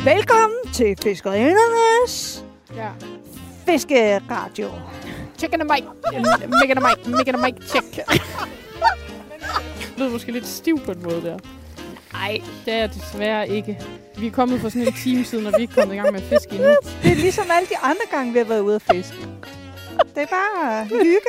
Velkommen til Fiskerindernes Fiskeradio. Chicken and Mike. Making a mic check. Det lyder måske lidt stiv på en måde der. Nej, det er jeg desværre ikke. Vi er kommet for sådan en time siden, og vi er ikke kommet i gang med at fiske endnu. Det er ligesom alle de andre gange, vi har været ude at fiske. Det er bare hygge.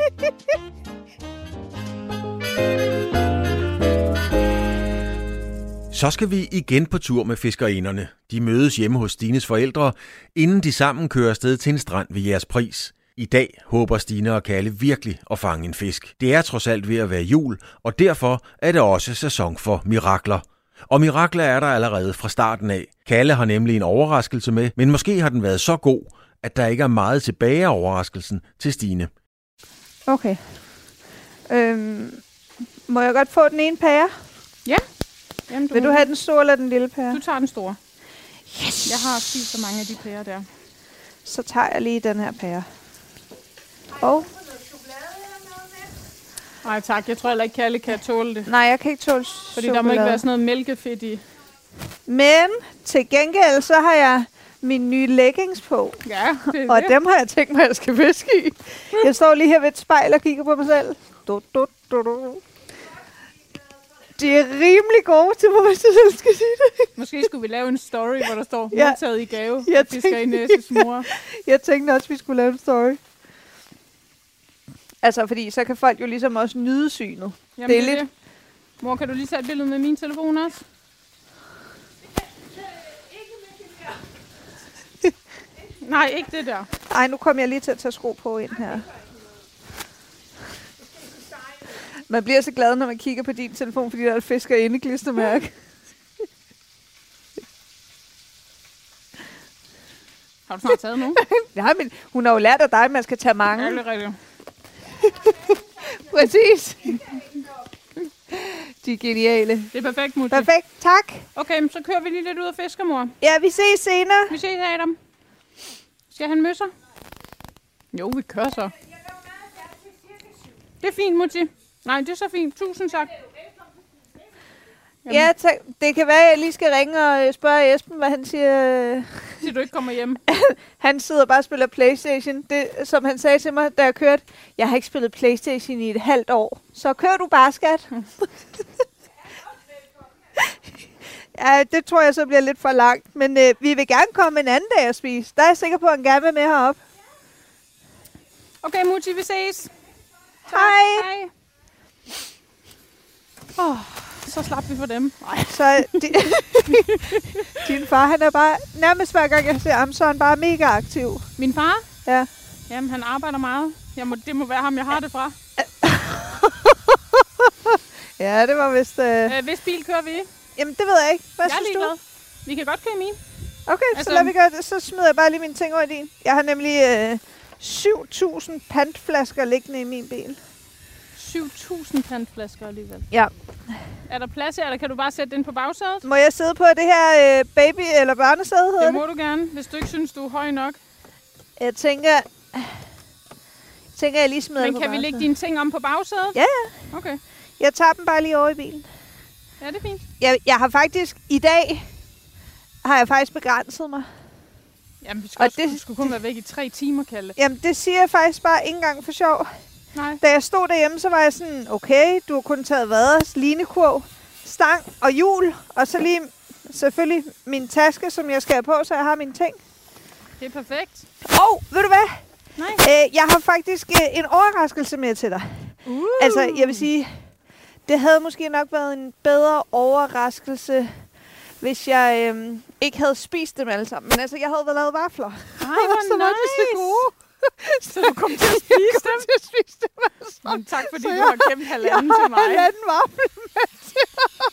Så skal vi igen på tur med fiskerinderne. De mødes hjemme hos Stines forældre, inden de sammen kører afsted til en strand ved Jægerspris. I dag håber Stine og Kalle virkelig at fange en fisk. Det er trods alt ved at være jul, og derfor er det også sæson for mirakler. Og mirakler er der allerede fra starten af. Kalle har nemlig en overraskelse med, men måske har den været så god, at der ikke er meget tilbage af overraskelsen til Stine. Okay. Må jeg godt få den ene pære? Ja. Jamen, Vil du have den store eller den lille pære? Du tager den store. Yes! Jeg har spist så mange af de pærer der. Så tager jeg lige den her pære. Og? Nej tak, jeg tror heller ikke, Kalle kan tåle det. Nej, jeg kan ikke tåle Fordi chokolade. der må ikke være sådan noget mælkefedt i. Men til gengæld, så har jeg mine nye leggings på. Ja, det er Og det. dem har jeg tænkt mig, at jeg skal fiske i. Jeg står lige her ved et spejl og kigger på mig selv. De er rimelig gode til, hvor jeg selv skal sige det. Måske skulle vi lave en story, hvor der står Ja. modtaget i gave. Jeg Fisker i Næses mor. Jeg tænkte også, at vi skulle lave en story. Altså, fordi så kan folk jo ligesom også nyde synet. Jamen, Det er lidt- det. Mor, kan du lige tage et billede med min telefon også? Nej, ikke det der. Ej, nu kom jeg lige til at tage sko på ind her. Man bliver så glad, når man kigger på din telefon, fordi der er et fiskerinde-klistermærke. Har du snart taget nogen? Nej, men hun har jo lært af dig, at man skal tage mange. Ja, det er rigtigt. Præcis. De er geniale. Det er perfekt, Mutti. Perfekt, tak. Okay, men så kører vi lige lidt ud og fisker, mor. Ja, vi ses senere. Vi ses, Adam. Skal han møsser? Jo, vi kører så. Det er fint, Mutti. Nej, det er så fint. Tusind tak. Jamen. Ja, tak. Det kan være, at jeg lige skal ringe og spørge Esben, hvad han siger. Så du ikke kommer hjem. Han sidder bare og spiller PlayStation. Det, som han sagde til mig, da jeg kørte. Jeg har ikke spillet PlayStation i et halvt år. Så kør du bare, skat. Ja, det tror jeg så bliver lidt for langt. Men vi vil gerne komme en anden dag at spise. Der er jeg sikker på, at han gerne vil med herop. Okay, Mutti, vi ses. Tak. Hej. Så slap vi for dem. Så din far, han er bare, nærmest hver gang jeg ser ham, så er han bare mega aktiv. Min far? Ja. Jamen, han arbejder meget. Det må være ham, jeg har det fra. Ja, det var vist... Hvis bil kører vi i? Jamen, det ved jeg ikke. Hvad Jeg er synes du? ligeglad. Vi kan godt køre i min. Okay, Altså- så lad vi gøre det. Så smider jeg bare lige mine ting over i din. Jeg har nemlig 7.000 pantflasker liggende i min bil. 7.000 pantflasker alligevel. Ja. Er der plads her, eller kan du bare sætte den på bagsædet? Må jeg sidde på det her baby- eller børnesæde, hedder Det det? må du gerne, hvis du ikke synes, du er høj nok. Jeg tænker, jeg lige smider det Men på kan vi lægge bagsædet. dine ting om på bagsædet? Ja, ja. Okay. Jeg tager dem bare lige over i bilen. Ja, det er fint. Jeg har faktisk, i dag, har jeg faktisk begrænset mig. Jamen, vi Og skal du skulle kun være væk i 3 timer, Kalle. Jamen, det siger jeg faktisk bare ikke engang for sjov. Nej. Da jeg stod derhjemme, så var jeg sådan, okay, du har kun taget vaders, linekurv, stang og hjul, og så lige selvfølgelig min taske, som jeg skal have på, så jeg har mine ting. Det er perfekt. Og ved du hvad? Nej. Jeg har faktisk en overraskelse med til dig. Altså, jeg vil sige, det havde måske nok været en bedre overraskelse, hvis jeg ikke havde spist dem alle sammen. Men altså, jeg havde lavet vafler. Ej, hvor Så var de så gode. Så du kom til at spise dem? til at spise dem alle sammen. Men tak, fordi Så du jeg- har gemt halvanden til mig. halvanden vafle med til.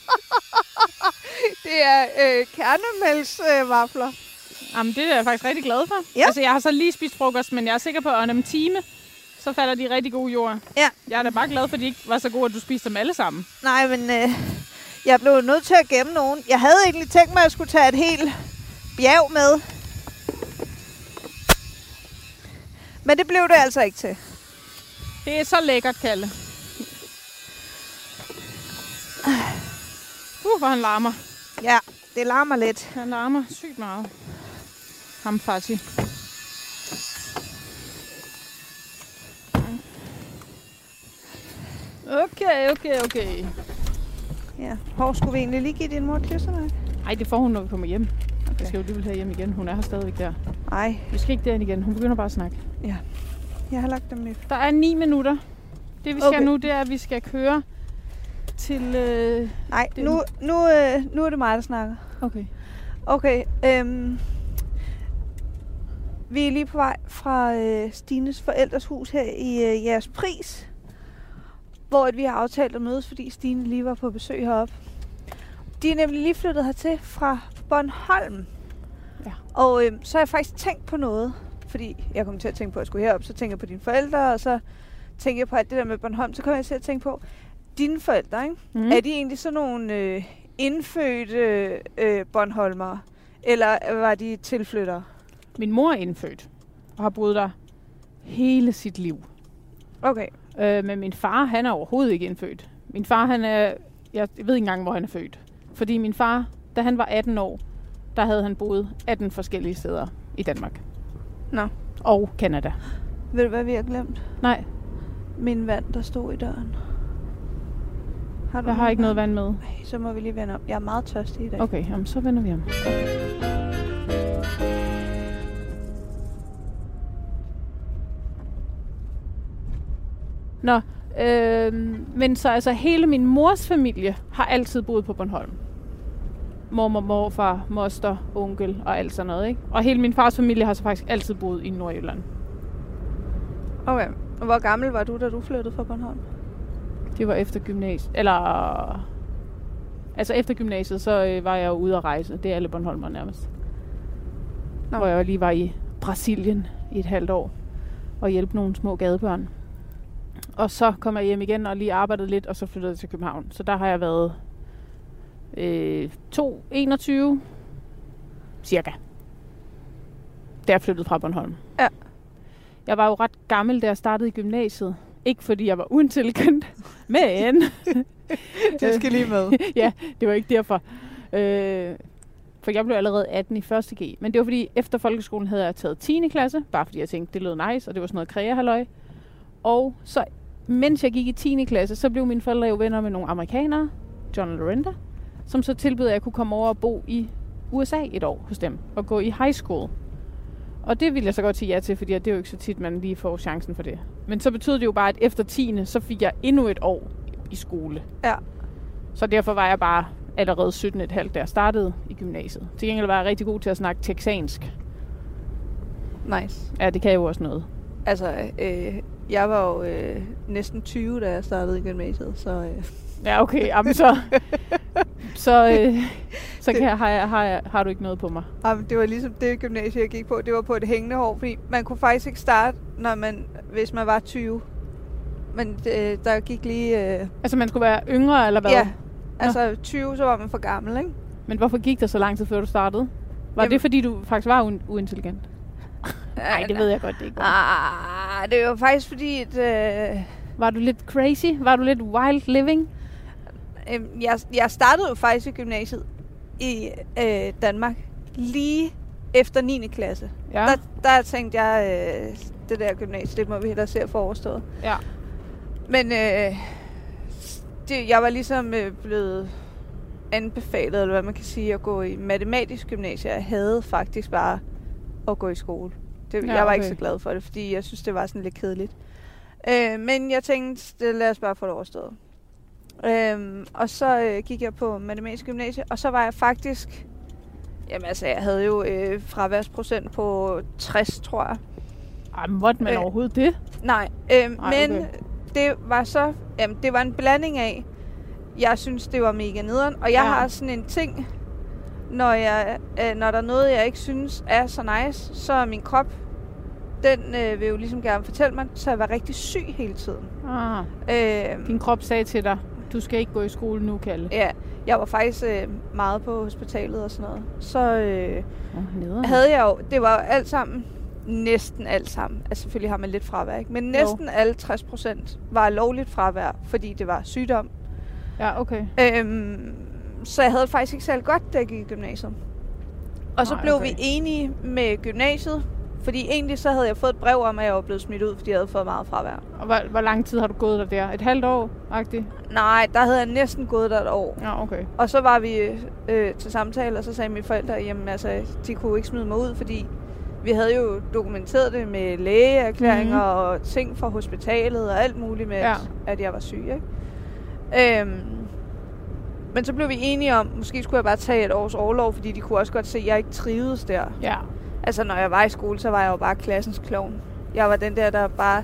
Det er kernemælksvafler. Jamen, det er jeg faktisk rigtig glad for. Ja. Altså, jeg har så lige spist frokost, men jeg er sikker på, at om en time, så falder de rigtig gode jord. Ja. Jeg er da bare glad for, at de ikke var så gode, at du spiste dem alle sammen. Nej, men jeg blev nødt til at gemme nogen. Jeg havde egentlig tænkt mig, at jeg skulle tage et helt bjerg med. Men det blev det altså ikke til. Det er så lækkert, Kalle. Hvor han larmer. Ja, det larmer lidt. Han larmer sygt meget. Ham Fati. Okay. Ja. Hvor skulle vi egentlig lige give din mor klistermærke? Ej, det får hun, når vi kommer hjem. Okay. Jeg skal jo lige have hjem igen. Hun er her stadigvæk der. Nej. Vi skal ikke derind igen. Hun begynder bare at snakke. Ja. Jeg har lagt dem i. Der er 9 minutter. Det vi skal nu, det er, at vi skal køre til... Nej, nu er det mig, der snakker. Okay. Vi er lige på vej fra Stines forældres hus her i Jægerspris, hvor vi har aftalt at mødes, fordi Stine lige var på besøg heroppe. De er nemlig lige flyttet hertil fra Bornholm. Ja. Og så har jeg faktisk tænkt på noget, fordi jeg kom til at tænke på, at jeg skulle herop, så tænker jeg på dine forældre, og så tænker jeg på alt det der med Bornholm, så kommer jeg til at tænke på, dine forældre, ikke? Mm. Er de egentlig sådan nogle indfødte Bornholmere, eller var de tilflyttere? Min mor er indfødt, og har boet der hele sit liv. Okay. Men min far, han er overhovedet ikke indfødt. Min far, jeg ved ikke engang, hvor han er født. Fordi min far, da han var 18 år, der havde han boet 18 forskellige steder i Danmark. Nå. Og Canada. Ved du, hvad vi har glemt? Nej. Min vand, der stod i døren. Jeg har ikke noget vand med. Ej, så må vi lige vende om. Jeg er meget tørstig i dag. Okay, jamen, så vender vi om. Nå, men så altså hele min mors familie har altid boet på Bornholm. Mormor, morfar, moster, onkel og alt sådan noget, ikke? Og hele min fars familie har så faktisk altid boet i Nordjylland. Okay, og hvor gammel var du, da du flyttede fra Bornholm? Det var efter gymnasiet, altså efter gymnasiet, så var jeg jo ude at rejse. Det er alle Bornholmer nærmest. Nå. Hvor jeg lige var i Brasilien i et halvt år og hjælpe nogle små gadebørn. Og så kom jeg hjem igen og lige arbejdede lidt, og så flyttede jeg til København. Så der har jeg været 21 cirka. Da jeg flyttede fra Bornholm. Ja. Jeg var jo ret gammel, da jeg startede i gymnasiet. Ikke fordi jeg var uintelligent, men... Det skal lige med. Ja, det var ikke derfor. For jeg blev allerede 18 i 1. G. Men det var fordi, efter folkeskolen havde jeg taget 10. klasse. Bare fordi jeg tænkte, det lød nice, og det var sådan noget krægerhalløj. Og så, mens jeg gik i 10. klasse, så blev mine forældre jo venner med nogle amerikanere, John og Lorenda, som så tilbød, at jeg kunne komme over og bo i USA et år hos dem, og gå i high school. Og det ville jeg så godt sige ja til, fordi det er jo ikke så tit, man lige får chancen for det. Men så betød det jo bare, at efter 10. så fik jeg endnu et år i skole. Ja. Så derfor var jeg bare allerede 17,5, da jeg startede i gymnasiet. Til gengæld var jeg rigtig god til at snakke texansk. Nice. Ja, det kan jo også noget. Altså, jeg var jo næsten 20, da jeg startede i gymnasiet, så... Ja, okay. Jamen, har du ikke noget på mig. Jamen, det var ligesom det gymnasie, jeg gik på. Det var på et hængende hår, fordi man kunne faktisk ikke starte, hvis man var 20. Men der gik lige... Altså, man skulle være yngre, eller hvad? Ja. Altså, 20, så var man for gammel, ikke? Men hvorfor gik der så lang tid, før du startede? Var det, fordi du faktisk var uintelligent? Nej, det ved jeg godt, det ikke var. Det var faktisk fordi, at... Var du lidt crazy? Var du lidt wild living? Jeg startede jo faktisk i gymnasiet i Danmark lige efter 9. klasse. Ja. Der tænkte jeg, det der gymnasie, det må vi hellere se at få overstået. Ja. Men jeg var ligesom blevet anbefalet, eller hvad man kan sige, at gå i matematisk gymnasie. Jeg havde faktisk bare at gå i skole. Jeg var ikke så glad for det, fordi jeg synes, det var sådan lidt kedeligt. Men jeg tænkte, lad os bare få det overstået. Og så gik jeg på matematisk gymnasie, og så var jeg faktisk... Jamen altså, jeg havde jo fraværsprocent på 60, tror jeg. Ej, måtte man overhovedet det? Nej, men det var så... Jamen, det var en blanding af... Jeg synes, det var mega nederen, og jeg har sådan en ting... Når der er noget, jeg ikke synes er så nice, så er min krop... Den vil jo ligesom gerne fortælle mig, så jeg var rigtig syg hele tiden. Din krop sagde til dig, du skal ikke gå i skole nu, Kalle. Ja, jeg var faktisk meget på hospitalet og sådan noget. Så havde jeg jo, det var jo alt sammen, næsten alt sammen. Altså selvfølgelig har man lidt fravær, ikke? Men næsten alle 60% var lovligt fravær, fordi det var sygdom. Ja, okay. Så jeg havde det faktisk ikke særlig godt, da jeg gik i gymnasiet. Og så blev vi enige med gymnasiet, fordi egentlig så havde jeg fået et brev om, at jeg var blevet smidt ud, fordi jeg havde fået meget fravær. Og hvor lang tid har du gået der? Et halvt år-agtigt? Nej, der havde jeg næsten gået der et år. Ja, okay. Og så var vi til samtale, og så sagde mine forældre, jamen altså, de kunne ikke smide mig ud, fordi vi havde jo dokumenteret det med lægeerklæringer og ting fra hospitalet og alt muligt med, at jeg var syg, ikke? Men så blev vi enige om, måske skulle jeg bare tage et års orlov, fordi de kunne også godt se, at jeg ikke trivedes der. Ja. Altså, når jeg var i skole, så var jeg jo bare klassens klovn. Jeg var den der bare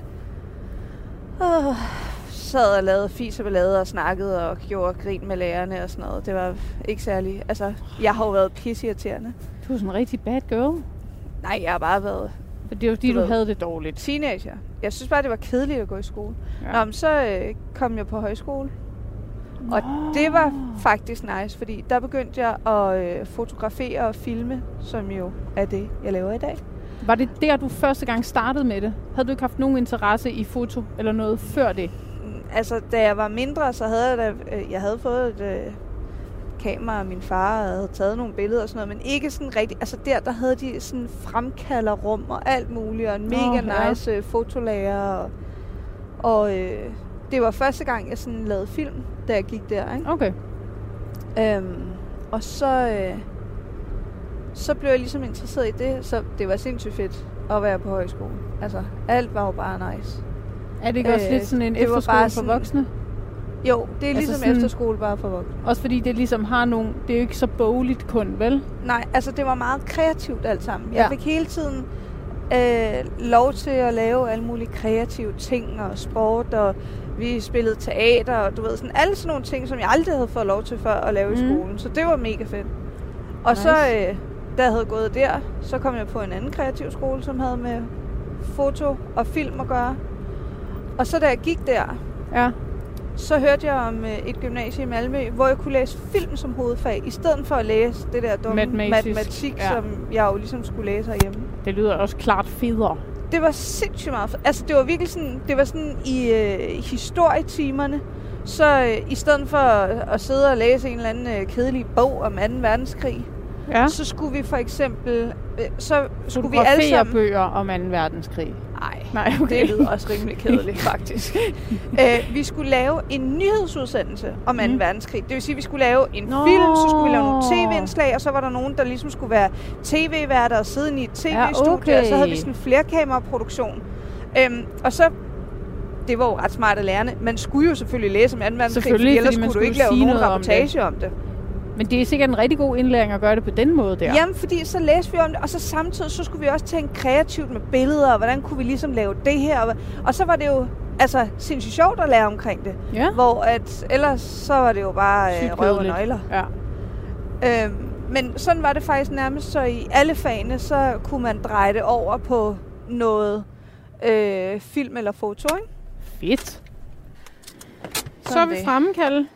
sad og lavede fis og ballade og snakkede og gjorde grin med lærerne og sådan noget. Det var ikke særlig... Altså, jeg har jo været pisseirriterende. Du er sådan en rigtig bad girl. Nej, jeg har bare været... Det er jo fordi, du havde det dårligt. Teenager. Jeg synes bare, det var kedeligt at gå i skole. Ja. Nå, men så kom jeg på højskole. Og det var faktisk nice, fordi der begyndte jeg at fotografere og filme, som jo er det, jeg laver i dag. Var det der, du første gang startede med det? Havde du ikke haft nogen interesse i foto eller noget før det? Altså, da jeg var mindre, så havde jeg havde fået et kamera af min far, og havde taget nogle billeder og sådan noget, men ikke sådan rigtigt. Altså der havde de sådan fremkalderrum og alt muligt, og en mega nice fotolager. Og det var første gang, jeg sådan lavede film, da jeg gik der, ikke? Okay. Og så blev jeg ligesom interesseret i det, så det var sindssygt fedt at være på højskole. Altså, alt var jo bare nice. Er det ikke også lidt sådan en efterskole for voksne? Jo, det er ligesom sådan, efterskole bare for voksne. Også fordi det ligesom har nogle... Det er jo ikke så bogligt kun, vel? Nej, altså det var meget kreativt alt sammen. Jeg fik hele tiden lov til at lave alle mulige kreative ting og sport, og vi spillede teater, og du ved, sådan alle sådan nogle ting, som jeg aldrig havde fået lov til før at lave i skolen. Så det var mega fedt. Og nice. Så, da jeg havde gået der, så kom jeg på en anden kreativ skole, som havde med foto og film at gøre. Og så da jeg gik der, så hørte jeg om et gymnasie i Malmø, hvor jeg kunne læse film som hovedfag, i stedet for at læse det der dumme matematik, som jeg jo ligesom skulle læse herhjemme. Det lyder også klart federe. Det var sindssygt meget. Altså det var virkelig sådan, det var sådan i historietimerne, så i stedet for at sidde og læse en eller anden kedelig bog om 2. verdenskrig, så skulle vi for eksempel, så skulle vi alle sammen bøger om 2. verdenskrig. Nej, okay. Det lyder også rimelig kedeligt, faktisk. Vi skulle lave en nyhedsudsendelse om 2. verdenskrig. Det vil sige, at vi skulle lave en film, så skulle vi lave nogle tv-indslag, og så var der nogen, der ligesom skulle være tv-værter og sidde i et tv-studie, og så havde vi sådan en flerkameraproduktion. Og så, det var jo ret smart af lærerne. Man skulle jo selvfølgelig læse om 2. verdenskrig, for ellers skulle du ikke lave nogen rapportage om det. Men det er sikkert en rigtig god indlæring at gøre det på den måde der. Jamen, fordi så læste vi om det, og så samtidig så skulle vi også tænke kreativt med billeder, og hvordan kunne vi ligesom lave det her. Og så var det jo altså sindssygt sjovt at lære omkring det. Ja. Hvor at ellers så var det jo bare røv og nøgler. Ja. Men sådan var det faktisk nærmest, så i alle fagene, så kunne man dreje det over på noget film eller foto, ikke? Fedt. Så er vi fremme, Kalle.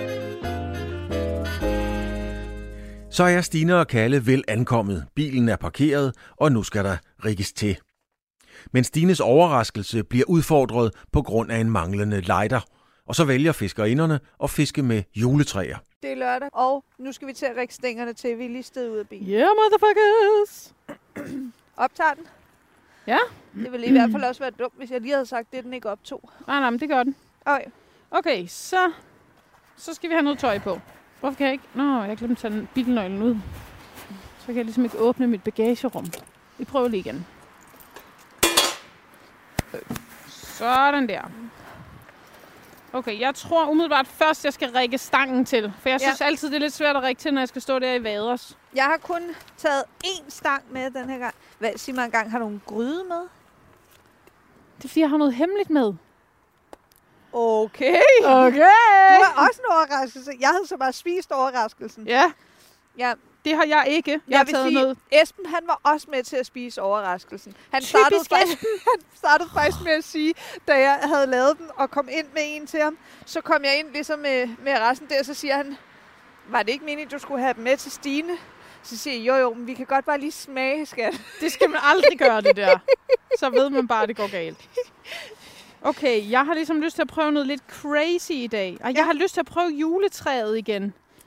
Så er Stine og Kalle vel ankommet. Bilen er parkeret, og nu skal der rikkes til. Men Stines overraskelse bliver udfordret på grund af en manglende lighter. Og så vælger fiskerinderne at fiske med juletræer. Det er lørdag, og nu skal vi til at rikke stængerne til. Vi er lige stedet ud af bilen. Yeah, motherfuckers! Optager den? Ja. Det ville i hvert fald også være dumt, hvis jeg lige havde sagt, det den ikke optog. Nej, men det gør den. Okay, så skal vi have noget tøj på. Hvorfor kan jeg ikke? Jeg glemte at tage bilnøglen ud. Så kan jeg ligesom ikke åbne mit bagagerum. Vi prøver lige igen. Sådan der. Okay, jeg tror umiddelbart først, jeg skal rikke stangen til. For jeg synes altid, det er lidt svært at rikke til, når jeg skal stå der i vaders. Jeg har kun taget 1 stang med den her gang. Sig mig engang, har du en gryde med? Det er fordi, jeg har noget hemmeligt med. Okay. Det var også en overraskelse. Jeg havde så bare spist overraskelsen. Ja. Det har jeg ikke. Jeg har taget noget. Esben, han var også med til at spise overraskelsen. Han startede faktisk med at sige, da jeg havde lavet den og kom ind med en til ham, så kom jeg ind ligesom med resten der, så siger han, var det ikke meningen, du skulle have dem med til Stine? Så siger jeg, jo, men vi kan godt bare lige smage, skat. Det skal man aldrig gøre, det der. Så ved man bare, at det går galt. Okay, jeg har ligesom lyst til at prøve noget lidt crazy i dag. Og jeg har lyst til at prøve juletræet igen.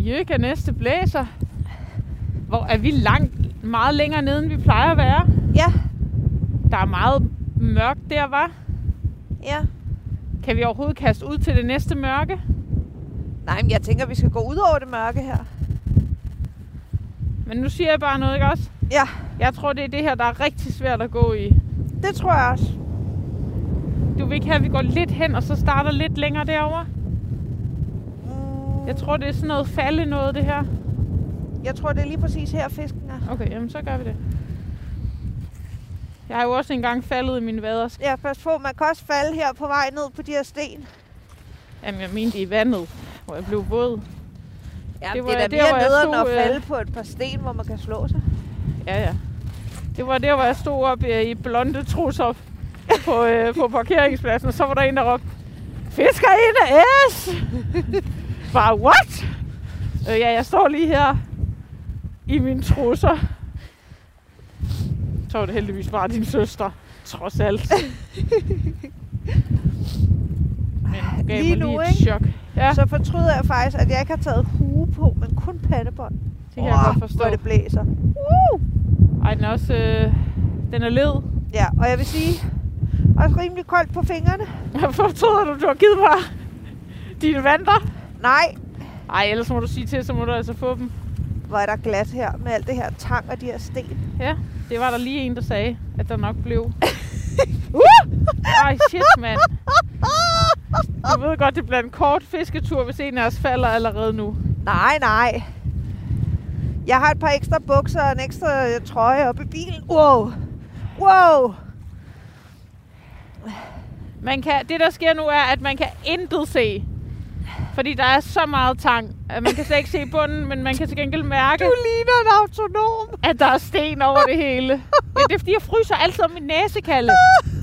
Jøk, næste blæser. Hvor er vi meget længere nede, end vi plejer at være? Ja. Der er meget mørkt der, var. Ja. Kan vi overhovedet kaste ud til det næste mørke? Nej, men jeg tænker, vi skal gå ud over det mørke her. Men nu siger jeg bare noget, ikke også? Ja. Jeg tror, det er det her, der er rigtig svært at gå i. Det tror jeg også. Du vil ikke have, at vi går lidt hen, og så starter lidt længere derovre? Jeg tror, det er sådan noget falde noget, det her. Jeg tror, det er lige præcis her, fisken er. Okay, jamen så gør vi det. Jeg har jo også engang faldet i mine vader. Ja, pas på. Man kan også falde her på vej ned på de her sten. Jamen, jeg mente i vandet, hvor jeg blev våd. Jamen, det er da mere nederen at falde på et par sten, hvor man kan slå sig. Ja. Det var der, hvor jeg stod op i blonde trusser på parkeringspladsen, og så var der en, der råbte, fiskerinde S! Bare, what? Ja, jeg står lige her i mine trusser. Så var det heldigvis bare din søster, trods alt. Men gav lige mig nu, lige et chok. Ja. Så fortryder jeg faktisk, at jeg ikke har taget hue på, men kun pandebånd. Det kan jeg godt forstå. Hvor det blæser. Ej, den er også den er led. Ja, og jeg vil sige, også rimelig koldt på fingrene. Fortryder du har givet mig dine vanter? Nej. Ej, ellers må du sige til, så må du altså få dem. Hvor er der glat her med alt det her tang og de her sten. Ja, det var der lige en, der sagde, at der nok blev. Ej, shit, mand. Du ved godt, det bliver en kort fisketur, hvis en af os falder allerede nu. Nej. Jeg har et par ekstra bukser og en ekstra trøje oppe i bilen. Wow. Det, der sker nu, er, at man kan intet se. Fordi der er så meget tang, at man kan slet ikke se bunden, men man kan til gengæld mærke... Du ligner en autonom. ...at der er sten over det hele. Ja, det er fordi, jeg fryser altid om min næsekalle.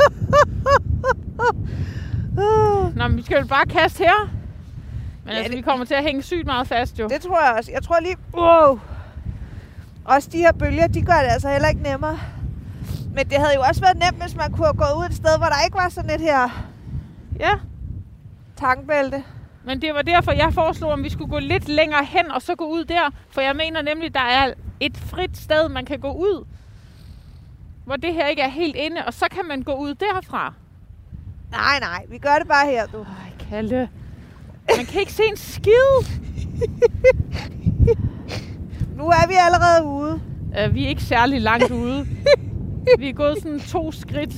Nå, men vi skal jo bare kaste her. Men ja, altså, vi kommer til at hænge sygt meget fast, jo. Det tror jeg også. Jeg tror lige... Wow. Også de her bølger, de gør det altså heller ikke nemmere. Men det havde jo også været nemt, hvis man kunne have gået ud et sted, hvor der ikke var sådan et her... Ja. Tangbælte. Men det var derfor, jeg foreslog, om vi skulle gå lidt længere hen, og så gå ud der. For jeg mener nemlig, der er et frit sted, man kan gå ud. Hvor det her ikke er helt inde, og så kan man gå ud derfra. Nej, vi gør det bare her, du. Ej, Kalle. Man kan ikke se en skid. Nu er vi allerede ude. Vi er ikke særlig langt ude. Vi er gået sådan 2 skridt.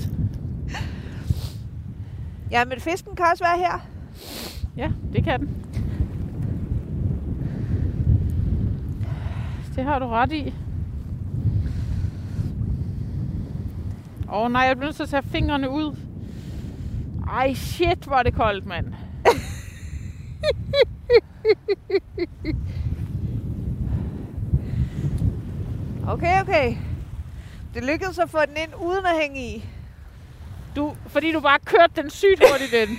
Ja, men fisken kan også være her. Ja, det kan den. Det har du ret i. Nej, jeg bliver nødt til at tage fingrene ud. Ej, shit, hvor er det koldt, mand. Okay. Det lykkedes at få den ind uden at hænge i. Fordi du bare kørte den sygt hurtigt den.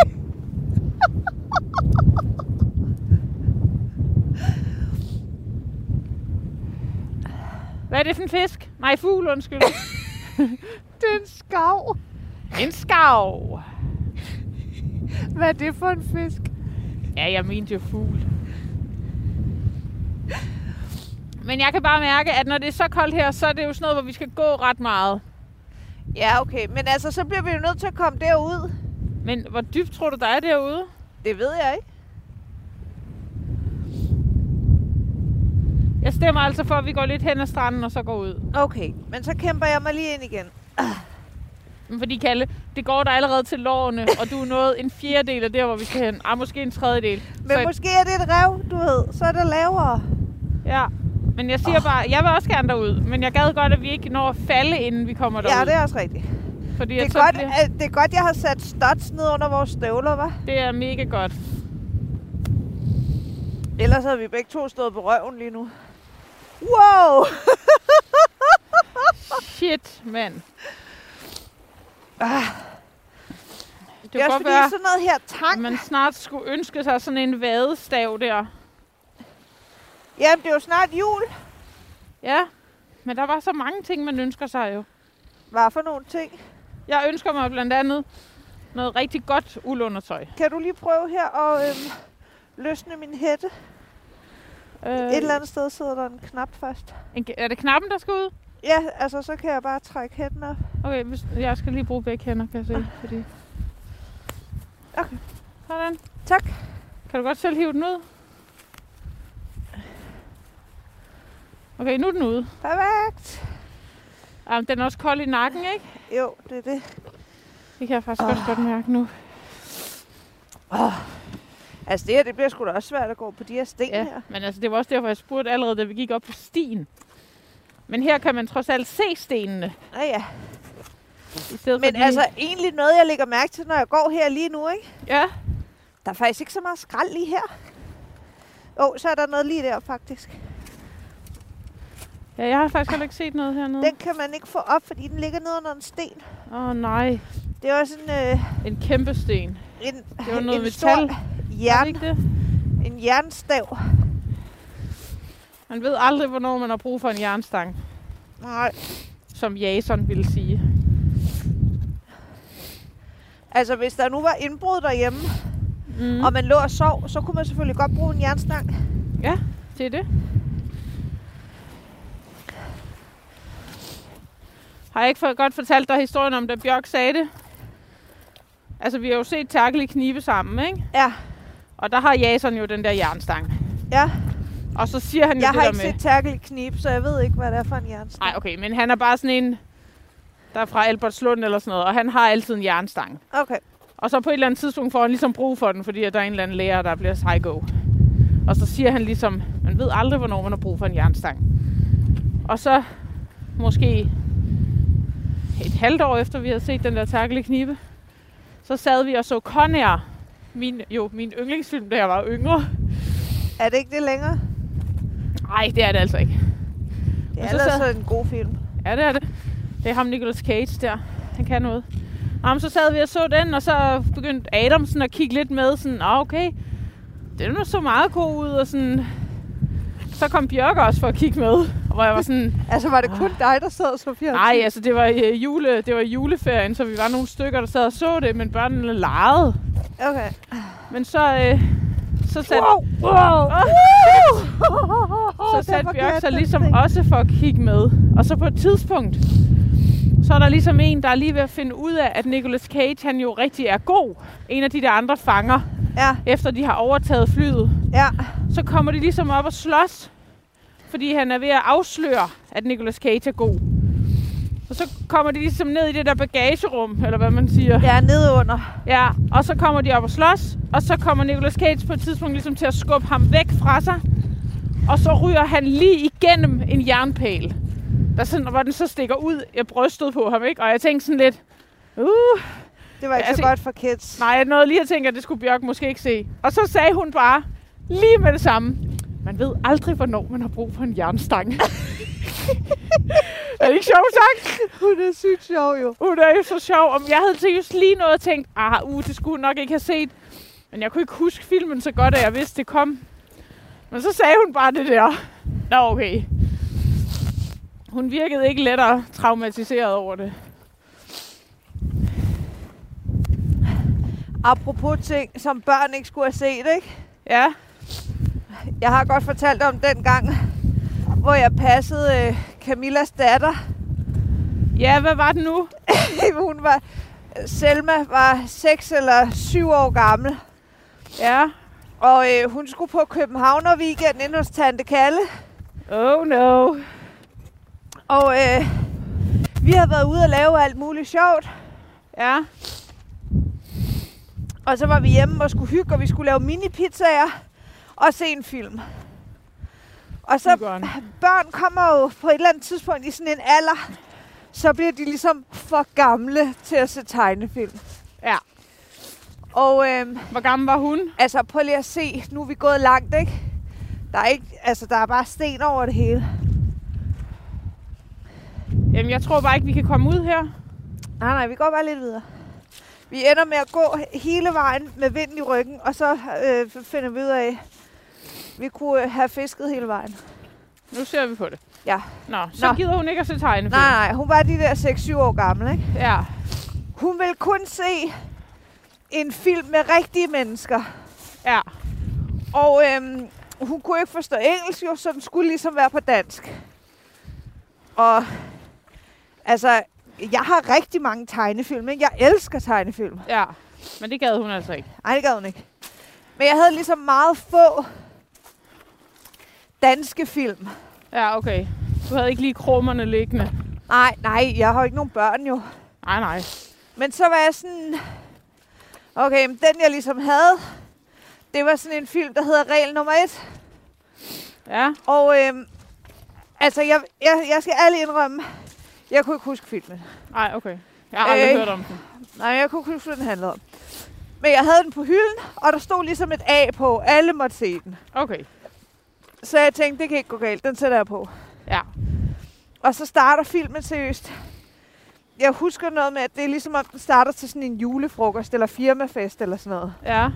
Hvad er det for en fisk? Nej, fugl, undskyld. Det er en skarv. En skarv. Hvad er det for en fisk? Ja, jeg mente jo fugl. Men jeg kan bare mærke, at når det er så koldt her, så er det jo sådan noget, hvor vi skal gå ret meget. Ja, okay. Men altså, så bliver vi jo nødt til at komme derud. Men hvor dybt tror du, der er derude? Det ved jeg ikke. Jeg stemmer altså for, at vi går lidt hen ad stranden og så går ud. Okay, men så kæmper jeg mig lige ind igen. Men fordi, Kalle, det går der allerede til lårene, og du er nået en 1/4 af der, hvor vi skal hen. Måske en 1/3. Men så måske er det et rev, du ved. Så er det lavere. Ja, men jeg siger bare, jeg vil også gerne derud. Men jeg gad godt, at vi ikke når at falde, inden vi kommer derud. Ja, det er også rigtigt. Fordi det er godt, jeg har sat studs ned under vores støvler, hva'? Det er mega godt. Ellers havde vi begge to stået på røven lige nu. Wow! Shit, mand. Det er også fordi være, sådan noget her tang. Man snart skulle ønske sig sådan en vadestav der. Jamen, det er jo snart jul. Ja, men der var så mange ting, man ønsker sig jo. Hvad for nogle ting? Jeg ønsker mig blandt andet noget rigtig godt uldundertøj. Kan du lige prøve her at løsne min hætte? Et eller andet sted sidder der en knap først. Er det knappen, der skal ud? Ja, altså så kan jeg bare trække hætten op. Okay, jeg skal lige bruge begge hænder, kan jeg se. Fordi... Okay. Sådan. Tak. Kan du godt selv hive den ud? Okay, nu er den ude. Perfekt. Den er også kold i nakken, ikke? Jo, det er det. Det kan jeg faktisk godt mærke nu. Altså det her, det bliver sgu da også svært at gå på de her sten her. Men altså, det var også derfor, jeg spurgte allerede, da vi gik op på stien. Men her kan man trods alt se stenene. Ja. Men altså, egentlig noget, jeg lægger mærke til, når jeg går her lige nu, ikke? Ja. Der er faktisk ikke så meget skrald lige her. Så er der noget lige der, faktisk. Ja, jeg har faktisk heller ikke set noget hernede. Den kan man ikke få op, fordi den ligger nede under en sten. Nej. Det er også en kæmpe sten. Det var noget metal. En jernstav. Man ved aldrig, hvornår man har brug for en jernstang. Nej. Som Jason ville sige. Altså, hvis der nu var indbrud derhjemme, og man lå og sov, så kunne man selvfølgelig godt bruge en jernstang. Ja, det er det. Har jeg ikke godt fortalt dig historien om, da Bjørk sagde det? Altså, vi har jo set Terkel knibe sammen, ikke? Ja. Og der har Jason jo den der jernstang. Ja. Og så siger han jo det der med... Jeg har ikke set Terkel knibe, så jeg ved ikke, hvad det er for en jernstang. Nej, okay, men han er bare sådan en, der er fra Albertslund eller sådan noget, og han har altid en jernstang. Okay. Og så på et eller andet tidspunkt får han ligesom brug for den, fordi der er en eller anden lærer, der bliver psycho. Og så siger han ligesom, man ved aldrig, hvornår man har brug for en jernstang. Og så måske et halvt år efter, vi havde set den der Terkel knibe, så sad vi og så Con Air, min yndlingsfilm, da jeg var yngre. Er det ikke det længere? Nej, det er det altså ikke. Det er altså en god film. Ja, det er det. Det er ham Nicolas Cage der. Han kan noget. Så sad vi og så den, og så begyndte Adam sådan at kigge lidt med. Sådan, okay, den så meget god ud. Og sådan. Så kom Bjørk også for at kigge med. Hvor jeg var sådan... Altså, var det kun dig, der sad og så fjernsyn? Nej, altså, det var juleferien, så vi var nogle stykker, der sad og så det, men børnene legede. Okay. Men så satte Bjørk sig ligesom også for at kigge med. Og så på et tidspunkt, så er der ligesom en, der er lige ved at finde ud af, at Nicolas Cage, han jo rigtig er god. En af de der andre fanger, efter de har overtaget flyet. Ja. Så kommer de ligesom op og slås, fordi han er ved at afsløre, at Nicolas Cage er god. Og så kommer de ligesom ned i det der bagagerum, eller hvad man siger. Ja, nede under. Ja, og så kommer de op og slås, og så kommer Nicolas Cage på et tidspunkt ligesom til at skubbe ham væk fra sig. Og så ryger han lige igennem en jernpæl, hvor den så stikker ud af brystet på ham, ikke? Og jeg tænkte sådan lidt, det var ikke så godt for kids. Nej, jeg nåede lige at tænke, at det skulle Bjørk måske ikke se. Og så sagde hun bare, lige med det samme, man ved aldrig, hvornår man har brug for en jernstang. Er det ikke sjovt sagt? Hun er sygt sjov, jo. Hun er jo så sjov. Jeg havde seriøst lige noget at tænke, det skulle hun nok ikke have set. Men jeg kunne ikke huske filmen så godt, at jeg vidste, det kom. Men så sagde hun bare det der. Nå, okay. Hun virkede ikke lettere traumatiseret over det. Apropos ting, som børn ikke skulle have set, ikke? Ja. Jeg har godt fortalt om den gang, hvor jeg passede Camillas datter. Ja, hvad var det nu? Selma var 6 eller 7 år gammel. Ja. Og hun skulle på Københavner weekend inde hos Tante Kalle. Oh no. Og vi havde været ude og lave alt muligt sjovt. Ja. Og så var vi hjemme og skulle hygge, og vi skulle lave mini-pizzaer og se en film. Og så børn kommer jo på et eller andet tidspunkt i sådan en alder, så bliver de ligesom for gamle til at se tegnefilm. Ja. Og hvor gammel var hun? Altså prøv lige at se, nu er vi gået langt, ikke? Der er bare sten over det hele. Jamen jeg tror bare ikke, vi kan komme ud her. Nej, vi går bare lidt videre. Vi ender med at gå hele vejen med vinden i ryggen, og så finder vi ud af, at vi kunne have fisket hele vejen. Nu ser vi på det. Ja. Så gider hun ikke at se tegnefilm. Nej, hun var de der 6-7 år gammel, ikke? Ja. Hun vil kun se en film med rigtige mennesker. Ja. Og hun kunne ikke forstå engelsk, jo, så den skulle ligesom være på dansk. Og altså, jeg har rigtig mange tegnefilm, ikke? Jeg elsker tegnefilm. Ja, men det gad hun altså ikke. Nej, det gad hun ikke. Men jeg havde ligesom meget få danske film. Ja, okay. Du havde ikke lige krummerne liggende. Nej, jeg har jo ikke nogen børn jo. Nej. Men så var jeg sådan... Okay, men den jeg ligesom havde, det var sådan en film, der hedder Regel nummer 1. Ja. Og altså, jeg skal ærligt indrømme, jeg kunne ikke huske filmen. Nej, okay. Jeg har aldrig hørt om den. Nej, jeg kunne ikke huske, hvad den handlede om. Men jeg havde den på hylden, og der stod ligesom et A på. Alle måtte se den. Okay. Så jeg tænkte, det kan ikke gå galt. Den sætter jeg på. Ja. Og så starter filmen seriøst. Jeg husker noget med, at det er ligesom om den starter til sådan en julefrokost eller firmafest eller sådan noget. Ja.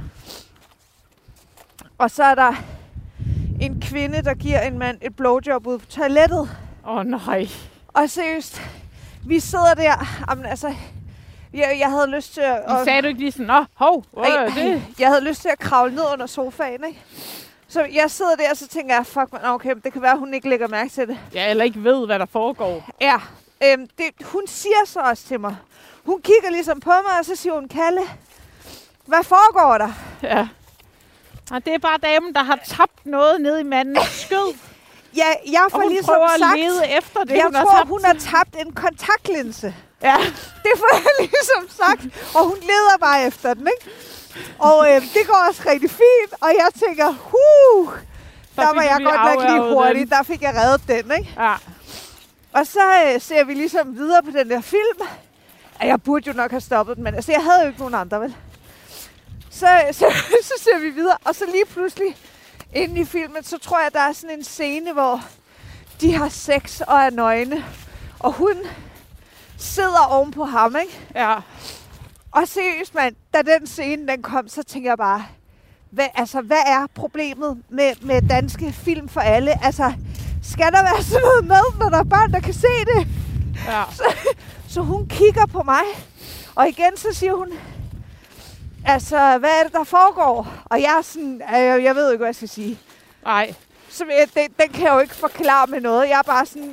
Og så er der en kvinde, der giver en mand et blowjob ude på toilettet. Nej. Og seriøst, vi sidder der. Jamen, altså, jeg havde lyst til at... Men sagde du ikke lige sådan, det? Jeg havde lyst til at kravle ned under sofaen, ikke? Så jeg sidder der, og så tænker jeg, fuck man, okay, det kan være, hun ikke lægger mærke til det. Ja, eller ikke ved, hvad der foregår. Ja, hun siger så også til mig. Hun kigger ligesom på mig, og så siger hun, Kalle, hvad foregår der? Ja. Og det er bare damen, der har tabt noget ned i mandens skød. Ja, jeg får og hun ligesom prøver sagt, at lede efter det, jeg tror, hun har tabt en kontaktlinse. Ja. Det får jeg ligesom sagt, og hun leder bare efter den, ikke? Og det går også rigtig fint, og jeg tænker, der var jeg godt nok lige hurtigt. Der fik jeg reddet den, ikke? Ja. Og så ser vi ligesom videre på den der film. Jeg burde jo nok have stoppet den, men altså, jeg havde jo ikke nogen andre, vel? Så ser vi videre, og så lige pludselig inde i filmen, så tror jeg, der er sådan en scene, hvor de har sex og er nøgne. Og hun sidder oven på ham, ikke? Ja. Og seriøst, mand, da den scene den kom, så tænker jeg bare, hvad er problemet med danske film for alle? Altså, skal der være sådan noget med, når der er børn, der kan se det? Ja. Så hun kigger på mig, og igen så siger hun, altså, hvad er det, der foregår? Og jeg er sådan, jeg ved ikke, hvad jeg skal sige. Nej. Så den kan jeg jo ikke forklare med noget. Jeg er bare sådan,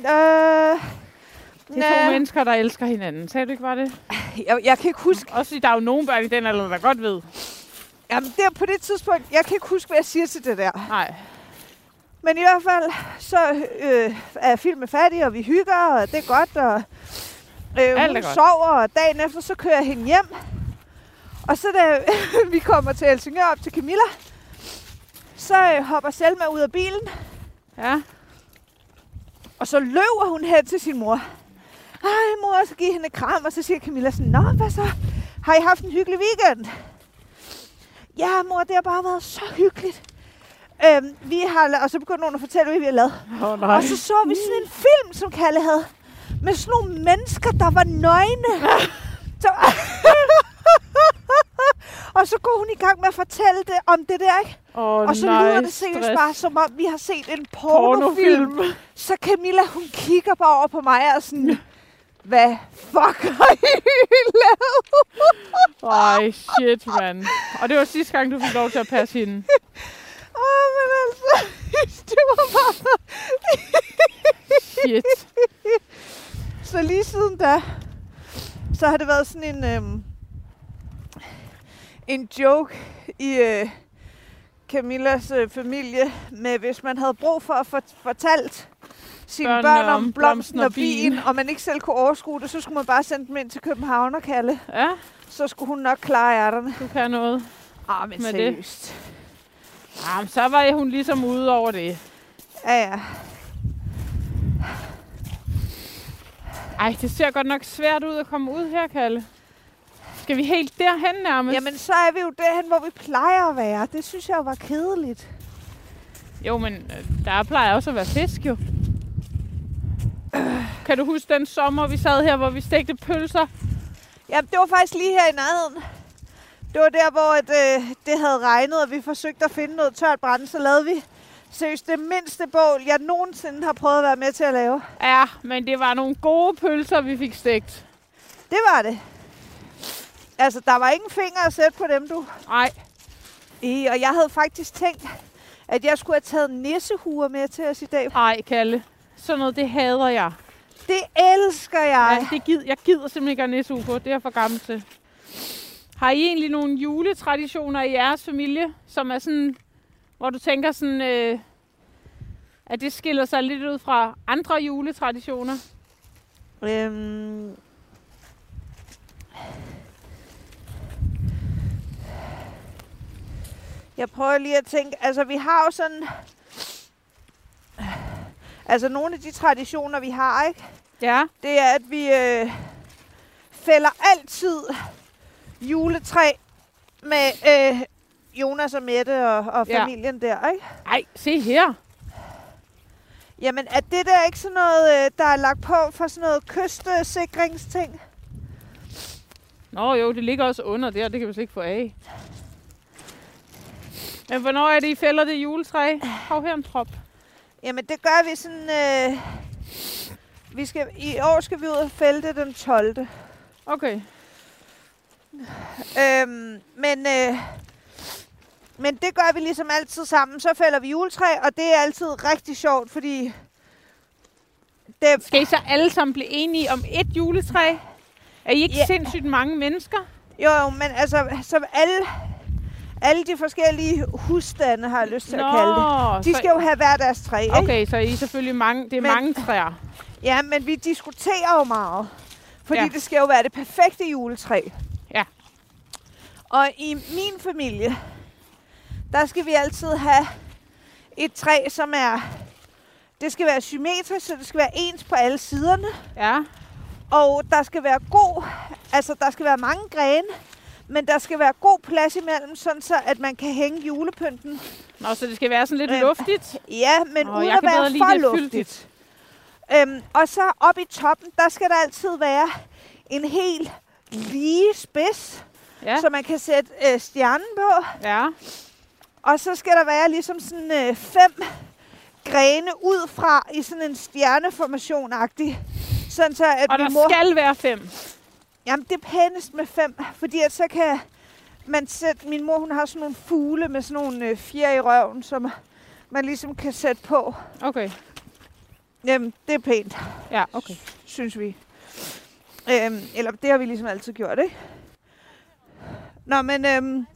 det er to mennesker, der elsker hinanden. Sagde du ikke, var det? Jeg kan ikke huske. Også der er jo nogen børn i den alder, der godt ved. Jamen, der på det tidspunkt, jeg kan ikke huske, hvad jeg siger til det der. Nej. Men i hvert fald, så er filmen færdig, og vi hygger, og det er godt, og hun sover, og dagen efter, så kører jeg hende hjem. Og så da vi kommer til Helsingør op til Camilla, så hopper Selma ud af bilen. Ja. Og så løber hun hen til sin mor. Hej mor, så giver hende et kram, og så siger Camilla sådan, nå, hvad så? Har I haft en hyggelig weekend? Ja mor, det har bare været så hyggeligt. Og så begyndte hun at fortælle, hvad vi har lavet. Og så vi sådan en film, som Kalle havde, med sådan nogle mennesker, der var nøgne. Og så går hun i gang med at fortælle det om det der, ikke? Og så lyder det seriøst bare, som om vi har set en pornofilm. Så Camilla, hun kigger bare over på mig og sådan, hvad fuck har I lavet? Ej, shit, mand. Og det var sidste gang, du fik lov til at passe hende. Men altså, det var bare... Shit. Så lige siden da, så har det været sådan en joke i Camillas familie, med hvis man havde brug for at få fortalt sine børn om blomsten og bien, og man ikke selv kunne overskue det, så skulle man bare sende dem ind til København og Kalle. Ja. Så skulle hun nok klare ærterne. Du kan noget. Men seriøst. Det. Så var hun ligesom ude over det. Ja. Ej, det ser godt nok svært ud at komme ud her, Kalle. Skal vi helt derhen nærmest? Jamen, så er vi jo derhen, hvor vi plejer at være. Det synes jeg var kedeligt. Jo, men der plejer også at være fisk, jo. Kan du huske den sommer, vi sad her, hvor vi stegte pølser? Jamen, det var faktisk lige her i nærheden. Det var der, hvor det havde regnet, og vi forsøgte at finde noget tørt brænde, så lavede vi seriøst det mindste bål, jeg nogensinde har prøvet at være med til at lave. Ja, men det var nogle gode pølser, vi fik stegt. Det var det. Altså, der var ingen fingre at sætte på dem, du. Nej. Og jeg havde faktisk tænkt, at jeg skulle have taget nissehuer med til os i dag. Ej, Kalle. Sådan noget, det hader jeg. Det elsker jeg. Ja, jeg gider simpelthen ikke at nissehue på. Det er jeg for gammel til. Har I egentlig nogle juletraditioner i jeres familie, som er sådan, hvor du tænker sådan, at det skiller sig lidt ud fra andre juletraditioner? Jeg prøver lige at tænke, altså vi har jo sådan, altså nogle af de traditioner vi har, ikke? Ja. Det er, at vi fælder altid juletræ med Jonas og Mette og familien der, ikke? Ej, se her. Jamen, er det der ikke sådan noget, der er lagt på for sådan noget kystsikringsting? Nå jo, det ligger også under der, det kan vi slet ikke få af. Men hvornår er det, I fælder det juletræ? Hov her en trop. Jamen, det gør vi sådan, i år skal vi ud og fælde det den 12. Okay. Men det gør vi ligesom altid sammen. Så fælder vi juletræ, og det er altid rigtig sjovt, fordi... Skal I så alle sammen blive enige om et juletræ? Er I ikke sindssygt mange mennesker? Jo, men altså, så alle de forskellige husstande, har jeg lyst til at kalde det. De skal jo have hver deres træ, ikke? Okay, så I er selvfølgelig mange træer. Ja, men vi diskuterer jo meget. Fordi det skal jo være det perfekte juletræ. Ja. Og i min familie, der skal vi altid have et træ, som er... Det skal være symmetrisk, så det skal være ens på alle siderne. Ja. Og der skal være der skal være mange grene, men der skal være god plads imellem, sådan så at man kan hænge julepynten. Nå, så det skal være sådan lidt luftigt? Ja, men uden at være for luftigt. Og så op i toppen, der skal der altid være en helt lige spids, så man kan sætte stjernen på. Ja. Og så skal der være ligesom sådan 5 grene ud fra i sådan en stjerneformation-agtig. Sådan så, at og der skal være 5? Jamen, det er pænest med 5, fordi at så kan man sætte... Min mor, hun har sådan nogle fugle med sådan nogle fjer i røven, som man ligesom kan sætte på. Okay. Jamen, det er pænt. Ja, okay. Synes vi. Eller det har vi ligesom altid gjort, ikke? Nå, men...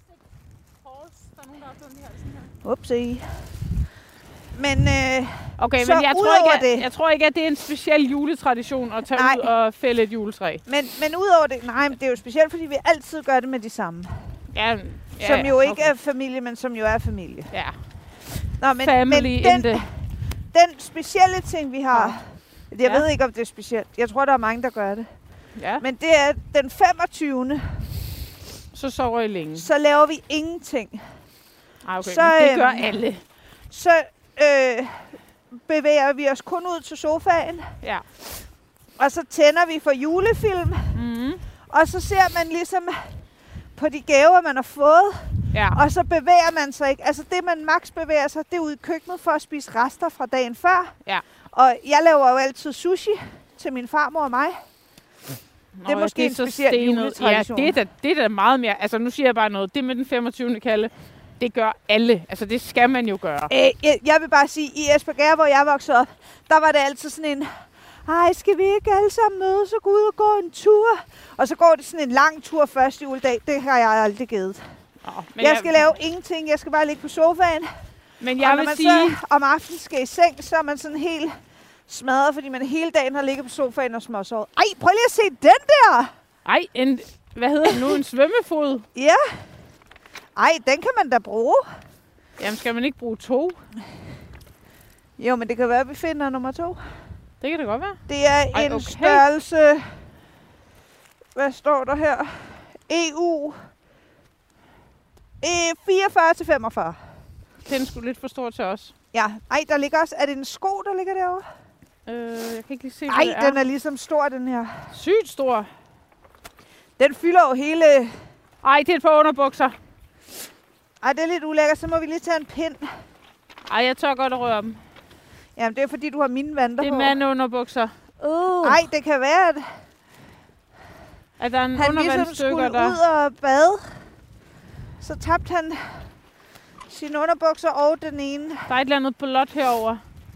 Upsi. Men, okay, så men jeg tror ikke, at det er en speciel juletradition at tage ud og fælde et juletræ. Men udover det, det er jo specielt, fordi vi altid gør det med de samme. Ja, som jo ikke er familie, men som jo er familie. Ja. Nå, men den specielle ting, vi har, jeg ved ikke, om det er specielt. Jeg tror, der er mange, der gør det. Ja. Men det er den 25. Så sover I længe. Så laver vi ingenting. Okay, så, men det gør alle. Så bevæger vi os kun ud til sofaen. Ja. Og så tænder vi for julefilm. Mm. Og så ser man ligesom på de gaver, man har fået. Ja. Og så bevæger man sig ikke. Altså det, man maks bevæger sig, det er ude i køkkenet for at spise rester fra dagen før. Ja. Og jeg laver jo altid sushi til min farmor og mig. Det er måske en speciel juletradition. Ja, det er da meget mere. Altså nu siger jeg bare noget. Det med den 25. Kalle, det gør alle. Altså det skal man jo gøre. Jeg vil bare sige, i Espergærde, hvor jeg voksede op, der var det altid sådan en... Ej, skal vi ikke alle sammen mødes og gå ud og gå en tur? Og så går det sådan en lang tur første juledag. Det har jeg aldrig givet. Jeg skal lave ingenting. Jeg skal bare ligge på sofaen. Men jeg vil sige... så om aftenen skal i seng, så er man sådan helt smadret, fordi man hele dagen har ligget på sofaen og småsovet. Ej, prøv lige at se den der! Ej, hvad hedder det nu? En svømmefod? Ja. Ej, den kan man da bruge. Jamen, skal man ikke bruge 2? Jo, men det kan være, at vi finder nummer 2. Det kan det godt være. Det er en størrelse... Hvad står der her? EU 44-45. Den skulle lidt for stor til os. Ja. Ej, der ligger også... Er det en sko, der ligger derovre? Jeg kan ikke lige se, hvad det er. Ej, den er ligesom stor, den her. Sygt stor. Den fylder jo hele... Ej, det er et par underbukser. Ej, det er lidt ulækkert. Så må vi lige tage en pind. Ej, jeg tør godt at røre dem. Jamen, det er fordi, du har mine vanter på. Det er mandunderbukser. Ej, det kan være, at der er en han ligesom skulle ud og bade. Så tabte han Sine underbukser og den ene. Der er et eller andet blåt herover.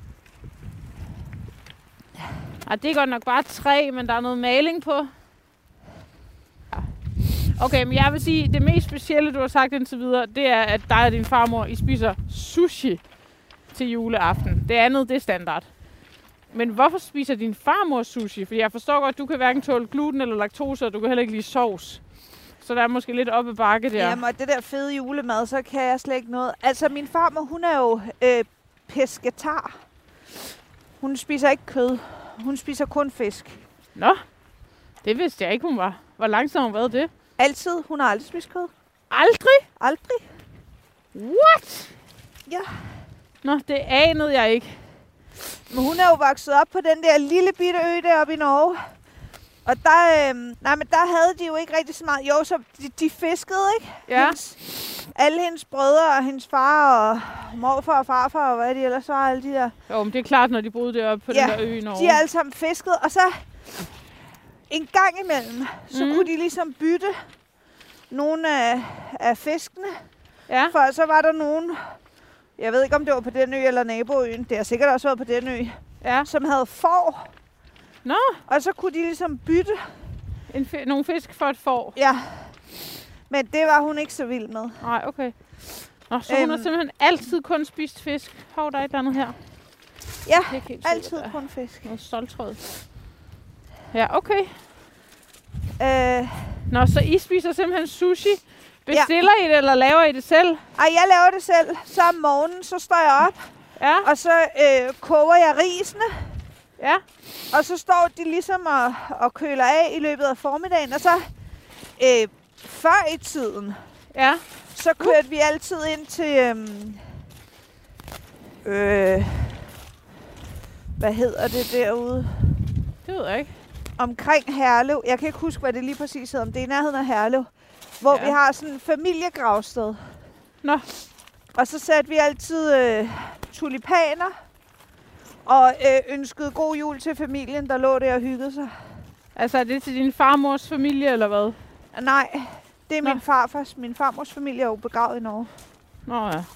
Ej, det er godt nok bare træ, men der er noget maling på. Ja. Okay, men jeg vil sige, det mest specielle, du har sagt indtil videre, det er, at dig og din farmor, I spiser sushi til juleaften. Det andet, det er standard. Men hvorfor spiser din farmor sushi? Fordi jeg forstår godt, at du kan hverken tåle gluten eller laktose, og du kan heller ikke lide sovs. Så der er måske lidt oppe bakke der. Jamen, og det der fede julemad, så kan jeg slet ikke noget. Altså, min farmor, hun er jo pesketar. Hun spiser ikke kød. Hun spiser kun fisk. Nå, det vidste jeg ikke, hun var. Hvor lang tid har hun været det? Altid. Hun har aldrig spist kød. Aldrig? Aldrig. What? Ja. Nå, det anede jeg ikke. Men hun er jo vokset op på den der lille bitte ø deroppe i Norge. Og der, men der havde de jo ikke rigtig så meget. Jo, så de fiskede, ikke? Ja. Alle hendes brødre og hendes far og morfar og farfar og hvad de ellers var, alle de der. Jo, men det er klart, når de boede deroppe på den der ø i Norge. De er alle sammen fisket. Og så en gang imellem, så kunne de ligesom bytte nogle af fiskene. Ja. For så var der nogen, jeg ved ikke om det var på den ø eller naboøen, det har sikkert også været på den ø, som havde får. Nå. Og så kunne de ligesom bytte nogle fisk for et får. Ja. Men det var hun ikke så vild med. Nej, okay. Nå, så hun har simpelthen altid kun spist fisk. Hov, der er et eller andet her. Ja, altid kun fisk. Noget stoltråd. Ja, okay. Nå, så I spiser simpelthen sushi. Bestiller I det, eller laver I det selv? Ej, jeg laver det selv. Så om morgenen, så står jeg op. Ja. Og så koger jeg risene. Ja. Og så står de ligesom og køler af i løbet af formiddagen. Og så før i tiden, så kørte vi altid ind til, hvad hedder det derude? Det ved jeg ikke. Omkring Herlev. Jeg kan ikke huske, hvad det lige præcis hedder, om det er i nærheden af Herlev. Hvor vi har sådan en familiegravsted. Nå. Og så satte vi altid tulipaner. Og ønskede god jul til familien, der lå der og hyggede sig. Altså, er det til din farmors familie, eller hvad? Nej, det er min farfars. Min farmors familie er jo begravet i Norge. Nå ja.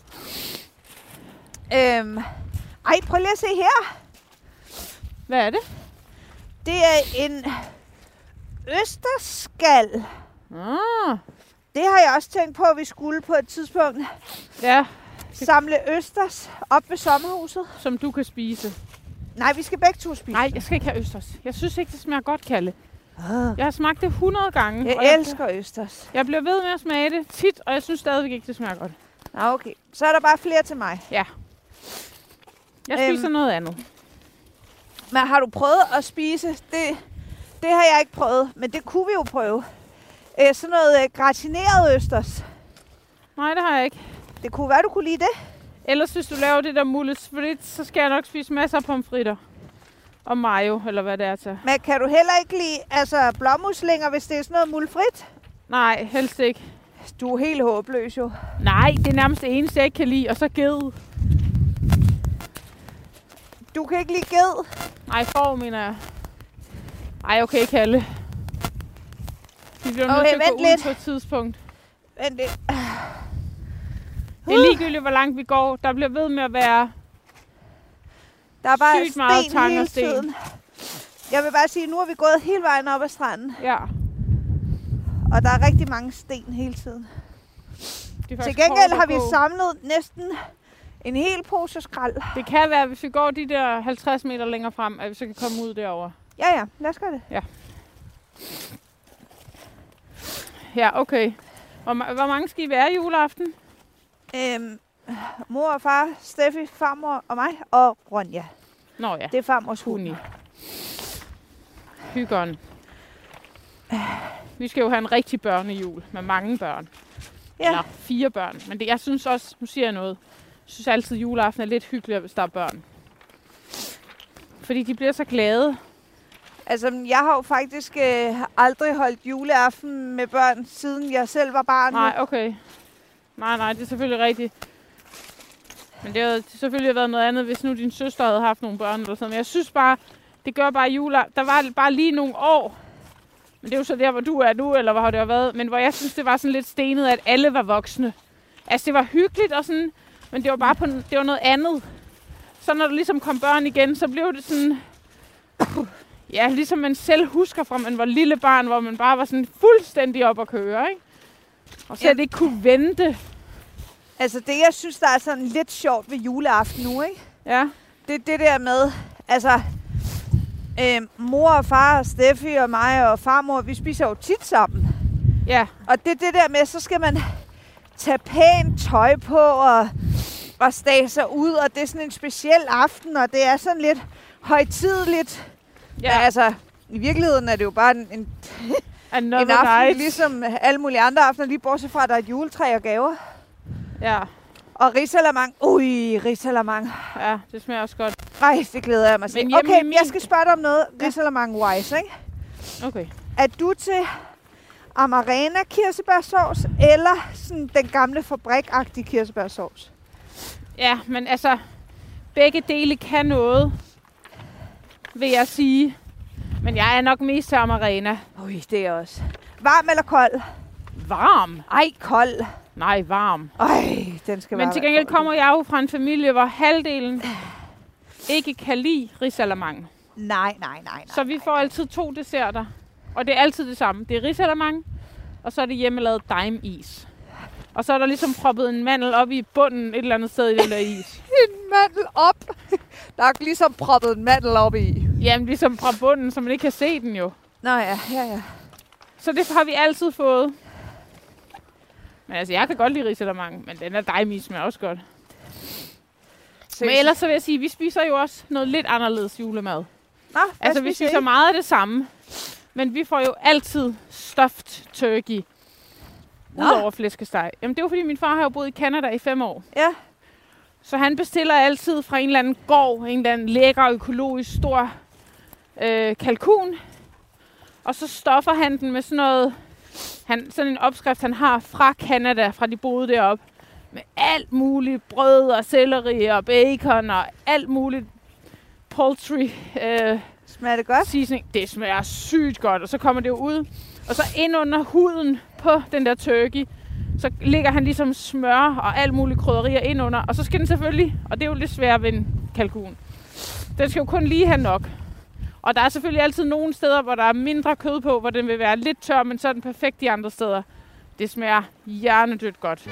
Ej, prøv lige at se her. Hvad er det? Det er en østerskal. Det har jeg også tænkt på, at vi skulle på et tidspunkt. Ja. Samle østers op ved sommerhuset. Som du kan spise. Nej, vi skal begge to spise. Nej, jeg skal ikke have østers. Jeg synes ikke, det smager godt, Kalle. Jeg har smagt det 100 gange. Jeg elsker østers. Jeg bliver ved med at smage det tit, og jeg synes stadigvæk ikke, det smager godt. Okay, så er der bare flere til mig. Ja. Jeg spiser noget andet. Men har du prøvet at spise? Det har jeg ikke prøvet, men det kunne vi jo prøve. Sådan noget gratineret østers. Nej, det har jeg ikke. Det kunne være, du kunne lide det. Ellers hvis du laver det der mules frit, så skal jeg nok spise masser af pomfritter. Og mayo, eller hvad det er til. Men kan du heller ikke lide blåmuslinger, hvis det er sådan noget mulfrit? Nej, helst ikke. Du er helt håbløs jo. Nej, det er nærmest det eneste, jeg ikke kan lide. Og så ged. Du kan ikke lide ged? Nej, får mener jeg. Ej, okay, Kalle. Vi bliver nødt til at gå ud på et tidspunkt. Vent lidt. Det er ligegyldigt, hvor langt vi går. Der bliver ved med at være der er bare sygt meget tang hele og sten. Tiden. Jeg vil bare sige, at nu er vi gået hele vejen op ad stranden. Ja. Og der er rigtig mange sten hele tiden. Til gengæld har vi samlet næsten en hel pose skrald. Det kan være, hvis vi går de der 50 meter længere frem, at vi så kan komme ud derover. Ja, lad os gøre det. Ja. Ja, okay. Hvor mange skal I være juleaften? Mor og far, Steffi, farmor og mig, og Ronja. Nå ja. Det er farmors hund. Hyggeren. Vi skal jo have en rigtig børnejul med mange børn. Ja. Eller 4 børn. Men jeg synes også, nu siger jeg noget, jeg synes altid, at juleaften er lidt hyggeligere, hvis der er børn. Fordi de bliver så glade. Altså, jeg har jo faktisk aldrig holdt juleaften med børn, siden jeg selv var barn. Nej, okay. Nej, det er selvfølgelig rigtigt. Men det har selvfølgelig været noget andet, hvis nu din søster havde haft nogle børn eller sådan. Men jeg synes bare, det gør bare der var bare lige nogle år. Men det er jo så der, hvor du er nu, eller hvor har det været. Men hvor jeg synes, det var sådan lidt stenet, at alle var voksne. Altså, det var hyggeligt og sådan, men det var bare det var noget andet. Så når der ligesom kom børn igen, så blev det sådan... Ja, ligesom man selv husker fra, man var lille barn, hvor man bare var sådan fuldstændig op at køre, ikke? Og så det ikke kunne vente. Altså det, jeg synes, der er sådan lidt sjovt ved juleaften nu, ikke? Ja. Det er det der med, altså... mor og far og Steffi og mig og farmor, vi spiser jo tit sammen. Ja. Og det er det der med, så skal man tage pænt tøj på og stage sig ud, og det er sådan en speciel aften, og det er sådan lidt højtideligt. Ja. Men altså, i virkeligheden er det jo bare en aften, night. ligesom alle mulige andre aftener, lige bortset fra, at der er et juletræ og gaver. Ja. Og risalamang. Risalamang. Ja, det smager også godt. Ej, det glæder jeg mig til. Okay, jeg skal spørge dig om noget risalamang-wise, ikke? Okay. Er du til amarena kirsebærsauce, eller sådan den gamle fabrikagtige kirsebærsauce? Ja, men altså, begge dele kan noget, vil jeg sige. Men jeg er nok mest til amarena. Det er også. Varm eller kold? Varm? Ej, kold. Nej, varm. Den skal være. Men til gengæld kommer jeg jo fra en familie, hvor halvdelen ikke kan lide risalamang. Nej. Så vi får altid 2 desserter. Og det er altid det samme. Det er risalamang, og så er det hjemmelavet daim-is. Og så er der ligesom proppet en mandel op i bunden et eller andet sted i den der is. En mandel op? Der er ligesom proppet en mandel op i. Jamen ligesom fra bunden, så man ikke kan se den jo. Nå ja. Så det har vi altid fået. Men altså, jeg kan godt lide risalamang, men den der daim-is smager også godt. Men ellers så vil jeg sige, at vi spiser jo også noget lidt anderledes julemad. Nå, altså, vi spiser meget af det samme. Men vi får jo altid stuffed turkey. Udover flæskesteg. Jamen, det er jo fordi, min far har jo boet i Canada i 5 år. Ja. Så han bestiller altid fra en eller anden gård, en eller anden lækker, økologisk, stor kalkun. Og så stoffer han den med sådan noget... sådan en opskrift, han har fra Canada, fra de boede deroppe. Med alt muligt brød og selleri og bacon og alt muligt poultry. Smager det godt? Seasoning. Det smager sygt godt, og så kommer det jo ud. Og så ind under huden på den der turkey, så ligger han ligesom smør og alt muligt krydderier ind under. Og så skal den selvfølgelig, og det er jo lidt svært ved en kalkun, den skal jo kun lige have nok. Og der er selvfølgelig altid nogle steder, hvor der er mindre kød på, hvor den vil være lidt tør, men så er den perfekt de andre steder. Det smager hjernedødt godt.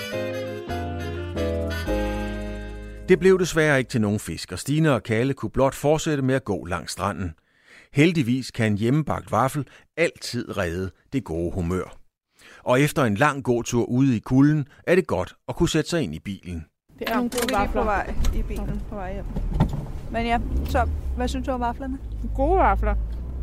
Det blev desværre ikke til nogen fisk, og Stine og Kalle kunne blot fortsætte med at gå langs stranden. Heldigvis kan en hjemmebagt vaffel altid redde det gode humør. Og efter en lang gåtur ude i kulden, er det godt at kunne sætte sig ind i bilen. Det er nogle gode vafler. På vej i bilen på vej hjem. Men ja, så hvad synes du om vaflerne? Gode vafler.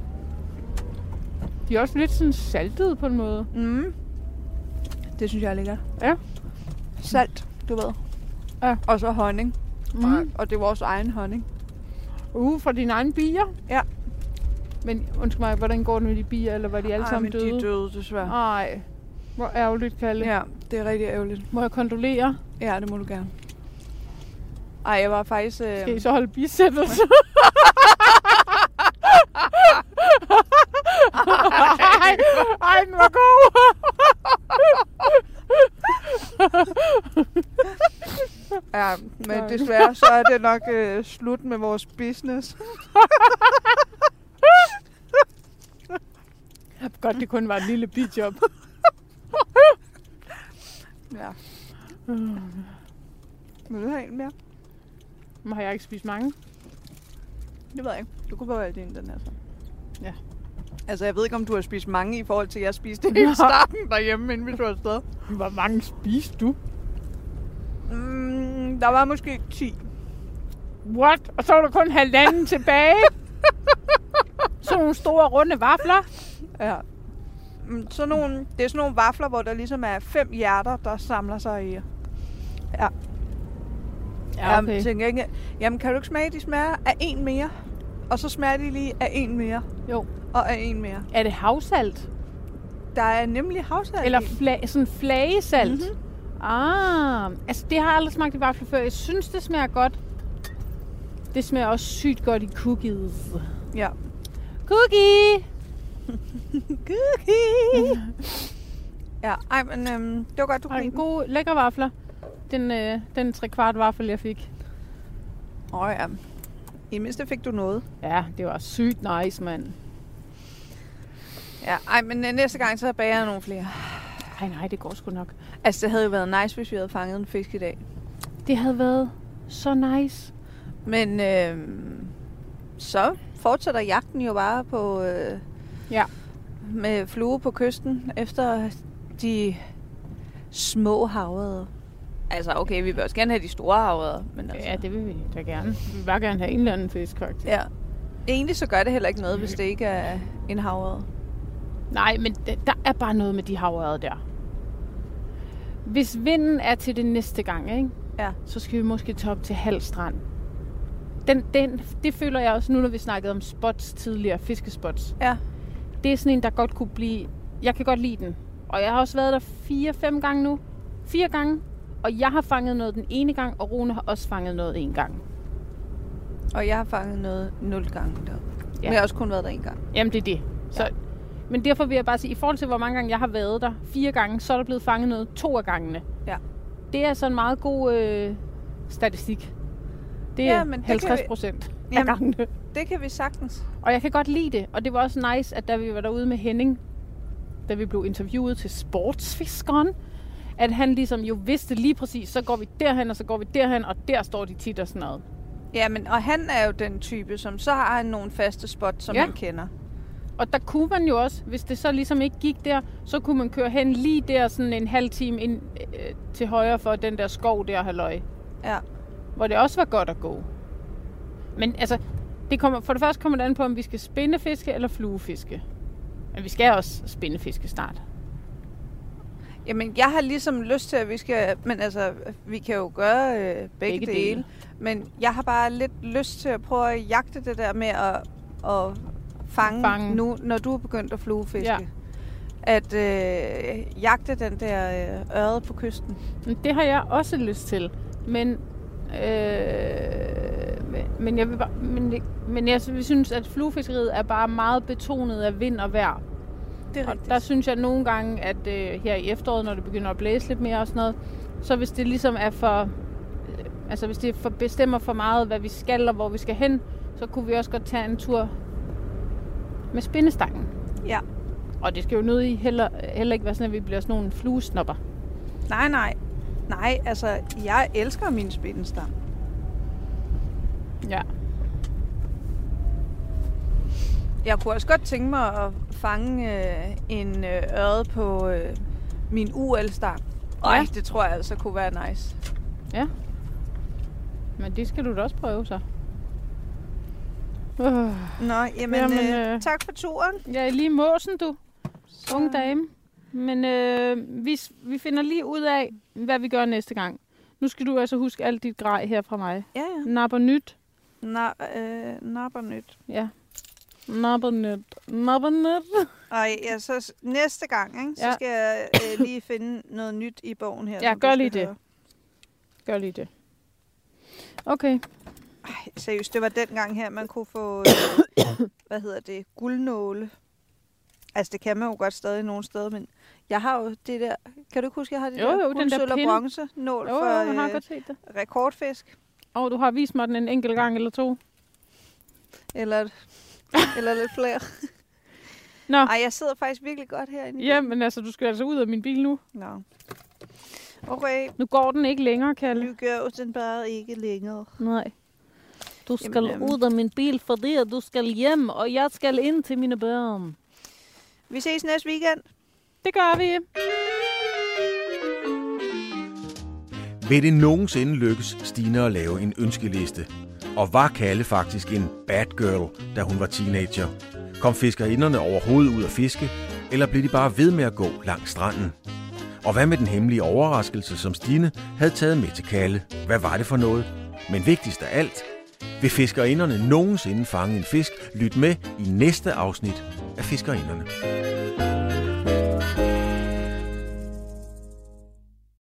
De er også lidt sådan saltede på en måde. Det synes jeg er lækkert. Ja. Salt, du ved. Ja. Og så honning. Og det er vores egen honning. Fra dine egne bier? Ja. Men undskyld mig, hvordan går det med de bier, eller var de alle sammen døde? De er døde, desværre. Nej. Hvor ærgerligt, Kalle. Ja, det er rigtig ærgerligt. Må jeg kondolere? Ja, det må du gerne. Ej, jeg var faktisk... Skal I så holde bisættelse? Ej, den var god! Ja, men desværre så er det nok slut med vores business. Godt, det kun var et lille bidjob. Ja. Vil du have en mere? Men har jeg ikke spist mange? Det ved jeg ikke. Du kunne bare vælge den her så. Ja. Altså, jeg ved ikke, om du har spist mange i forhold til, at jeg spiste i starten derhjemme, inden vi tog afsted. Hvor mange spiste du? Der var måske 10. What? Og så var der kun halvanden tilbage? Sådan nogle store, runde vafler? Ja. Det er sådan nogle vafler, hvor der ligesom er 5 hjerter, der samler sig i. Ja. Ja, okay. Jamen, kan du ikke smage, de smager af en mere? Og så smager de lige af en mere. Jo. Og af en mere. Er det havsalt? Der er nemlig havsalt. Eller sådan flagesalt? Mm-hmm. Altså det har jeg aldrig smagt i vafler før. Jeg synes, det smager godt. Det smager også sygt godt i cookies. Ja. Cookie! Cookie! Ja, men det var godt, du kunne lide gode, lækre vafler. den 3/4 vaffel, jeg fik. Ja. I mindste fik du noget. Ja, det var sygt nice, mand. Ja, men næste gang, så bager jeg nogle flere. Nej, det går sgu nok. Altså, det havde jo været nice, hvis vi havde fanget en fisk i dag. Det havde været så nice. Men så fortsætter jagten jo bare på med flue på kysten efter de små havredder. Altså, okay, vi vil også gerne have de store havredder. Men altså. Ja, det vil vi da gerne. Vi vil bare gerne have en eller anden fisk, faktisk. Ja. Egentlig så gør det heller ikke noget, hvis det ikke er en havredder. Nej, men der er bare noget med de havørreder der. Hvis vinden er til det næste gang, ikke? Ja. Så skal vi måske tage op til Hald Strand. Det føler jeg også nu, når vi snakkede om spots tidligere, fiskespots. Ja. Det er sådan en, der godt kunne blive... Jeg kan godt lide den. Og jeg har også været der 4-5 gange nu. 4 gange. Og jeg har fanget noget den ene gang, og Rune har også fanget noget en gang. Og jeg har fanget noget 0 gange der. Ja. Men jeg har også kun været der 1 gang. Jamen, det er det. Så, ja. Men derfor vil jeg bare sige, i forhold til, hvor mange gange jeg har været der, 4 gange, så er der blevet fanget noget 2 af gangene. Ja. Det er så en meget god statistik. Det er 50% af gangene. Det kan vi sagtens. Og jeg kan godt lide det. Og det var også nice, at da vi var derude med Henning, da vi blev interviewet til Sportsfiskeren, at han ligesom jo vidste lige præcis, så går vi derhen, og så går vi derhen, og der står de tit og sådan noget. Ja, men og han er jo den type, som så har han nogle faste spots, som han kender. Og der kunne man jo også, hvis det så ligesom ikke gik der, så kunne man køre hen lige der sådan en halv time ind til højre for den der skov der, halløj. Ja. Hvor det også var godt at gå. Men altså, for det første kommer det an på, om vi skal spindefiske eller fluefiske. Men vi skal også spindefiske snart. Jamen, jeg har ligesom lyst til, at vi skal... Men altså, vi kan jo gøre begge dele. Men jeg har bare lidt lyst til at prøve at jagte det der med at fange nu, når du er begyndt at fluefiske. Ja. At jagte den der ørred på kysten. Det har jeg også lyst til. Men jeg vil bare, men jeg synes, at fluefiskeriet er bare meget betonet af vind og vejr. Det er rigtigt. Og der synes jeg nogle gange, at her i efteråret, når det begynder at blæse lidt mere og sådan noget, så hvis det ligesom er for... Altså hvis det bestemmer for meget, hvad vi skal og hvor vi skal hen, så kunne vi også godt tage en tur med spindestangen. Ja. Og det skal jo nødt i heller ikke være sådan, at vi bliver sådan nogle fluesnopper. Nej. Nej, altså, jeg elsker min spindestang. Ja. Jeg kunne også godt tænke mig at fange en ørred på min UL-stang. Ej, det tror jeg altså kunne være nice. Ja. Men det skal du da også prøve, så. Nå, jamen tak for turen. Ja, lige måsen, du. Unge dame. Men vi finder lige ud af, hvad vi gør næste gang. Nu skal du altså huske alt dit grej her fra mig. Ja. Napper nyt. Napper nyt. Ja. Napper nyt. Ej, ja, så næste gang, ikke? Så skal jeg lige finde noget nyt i bogen her. Ja, gør lige det. Gør lige det. Okay. Ej, seriøst, det var dengang her, man kunne få, guldnåle. Altså, det kan man jo godt stadig nogle steder, men jeg har jo det der... Kan du ikke huske, jeg har det der guldsølv og bronzenål for rekordfisk? Du har vist mig den en enkelt gang eller 2. Eller lidt flere. Nå. Ej, jeg sidder faktisk virkelig godt herinde. Ja, men altså, du skal altså ud af min bil nu. Nå. Okay. Nu går den ikke længere, Kalle. Nu gør den bare ikke længere. Nej. Du skal ud af min bil, fordi du skal hjem, og jeg skal ind til mine børn. Vi ses næste weekend. Det gør vi. Vil det nogensinde lykkes Stine at lave en ønskeliste? Og var Kalle faktisk en bad girl, da hun var teenager? Kom fiskerinderne overhovedet ud at fiske, eller blev de bare ved med at gå langs stranden? Og hvad med den hemmelige overraskelse, som Stine havde taget med til Kalle? Hvad var det for noget? Men vigtigst af alt, vil fiskerinderne nogensinde fange en fisk? Lyt med i næste afsnit af Fiskerinderne.